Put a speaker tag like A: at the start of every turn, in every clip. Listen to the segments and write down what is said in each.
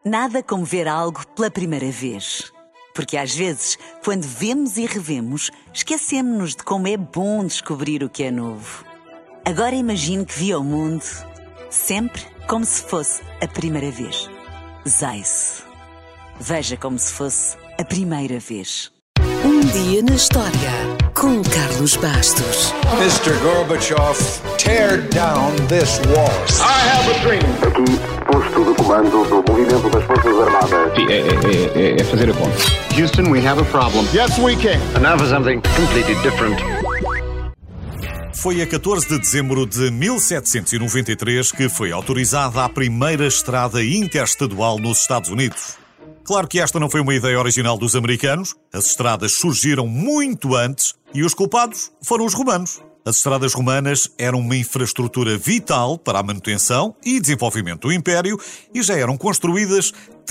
A: Nada como ver algo pela primeira vez. Porque às vezes, quando vemos e revemos, esquecemos-nos de como é bom descobrir o que é novo. Agora imagine que viu o mundo sempre como se fosse a primeira vez. Zais. Veja como se fosse a primeira vez.
B: Um dia na história, com Carlos Bastos.
C: Mr. Gorbachev, tear down this wall.
D: I have a dream.
E: Aqui, posto de comando do movimento das Forças Armadas.
F: É fazer a conta.
E: Houston, we have a problem.
D: Yes, we can.
E: And now for something completely different.
G: Foi a 14 de dezembro de 1793 que foi autorizada a primeira estrada interestadual nos Estados Unidos. Claro que esta não foi uma ideia original dos americanos. As estradas surgiram muito antes e os culpados foram os romanos. As estradas romanas eram uma infraestrutura vital para a manutenção e desenvolvimento do Império e já eram construídas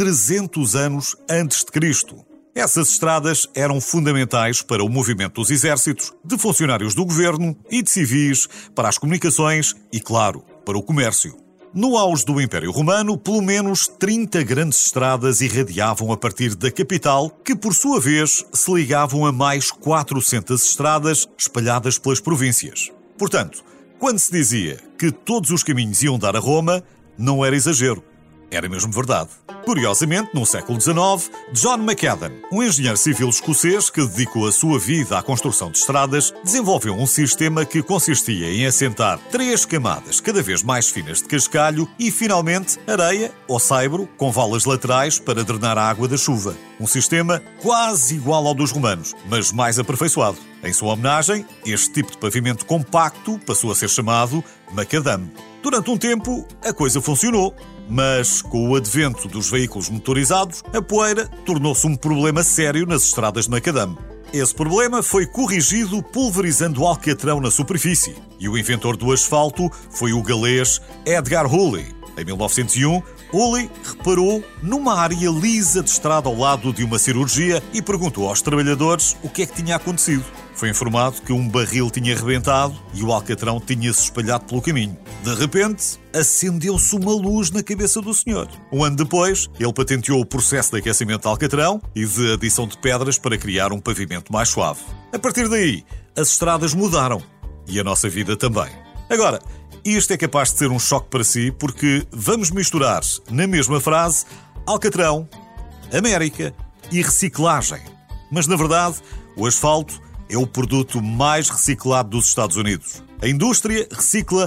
G: 300 anos antes de Cristo. Essas estradas eram fundamentais para o movimento dos exércitos, de funcionários do governo e de civis, para as comunicações e, claro, para o comércio. No auge do Império Romano, pelo menos 30 grandes estradas irradiavam a partir da capital, que por sua vez se ligavam a mais 400 estradas espalhadas pelas províncias. Portanto, quando se dizia que todos os caminhos iam dar a Roma, não era exagero. Era mesmo verdade. Curiosamente, no século XIX, John Macadam, um engenheiro civil escocês que dedicou a sua vida à construção de estradas, desenvolveu um sistema que consistia em assentar 3 camadas cada vez mais finas de cascalho e, finalmente, areia ou saibro com valas laterais para drenar a água da chuva. Um sistema quase igual ao dos romanos, mas mais aperfeiçoado. Em sua homenagem, este tipo de pavimento compacto passou a ser chamado Macadam. Durante um tempo, a coisa funcionou. Mas, com o advento dos veículos motorizados, a poeira tornou-se um problema sério nas estradas de macadame. Esse problema foi corrigido pulverizando o alcatrão na superfície. E o inventor do asfalto foi o galês Edgar Hoolley. Em 1901, Hoolley reparou numa área lisa de estrada ao lado de uma cirurgia e perguntou aos trabalhadores o que é que tinha acontecido. Foi informado que um barril tinha rebentado e o alcatrão tinha-se espalhado pelo caminho. De repente, acendeu-se uma luz na cabeça do senhor. Um ano depois, ele patenteou o processo de aquecimento de alcatrão e de adição de pedras para criar um pavimento mais suave. A partir daí, as estradas mudaram. E a nossa vida também. Agora, isto é capaz de ser um choque para si, porque vamos misturar, na mesma frase, alcatrão, América e reciclagem. Mas, na verdade, o asfalto é o produto mais reciclado dos Estados Unidos. A indústria recicla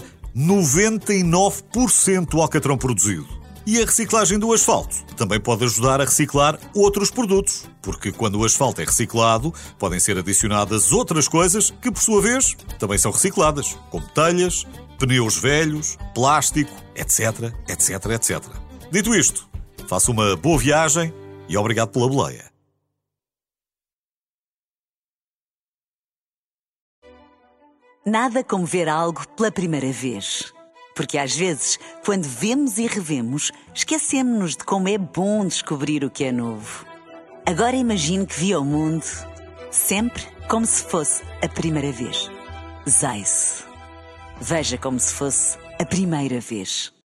G: 99% do alcatrão produzido. E a reciclagem do asfalto também pode ajudar a reciclar outros produtos, porque quando o asfalto é reciclado, podem ser adicionadas outras coisas que, por sua vez, também são recicladas, como telhas, pneus velhos, plástico, etc, etc, etc. Dito isto, faça uma boa viagem e obrigado pela boleia.
A: Nada como ver algo pela primeira vez. Porque às vezes, quando vemos e revemos, esquecemos-nos de como é bom descobrir o que é novo. Agora imagine que viu o mundo sempre como se fosse a primeira vez. Zais. Veja como se fosse a primeira vez.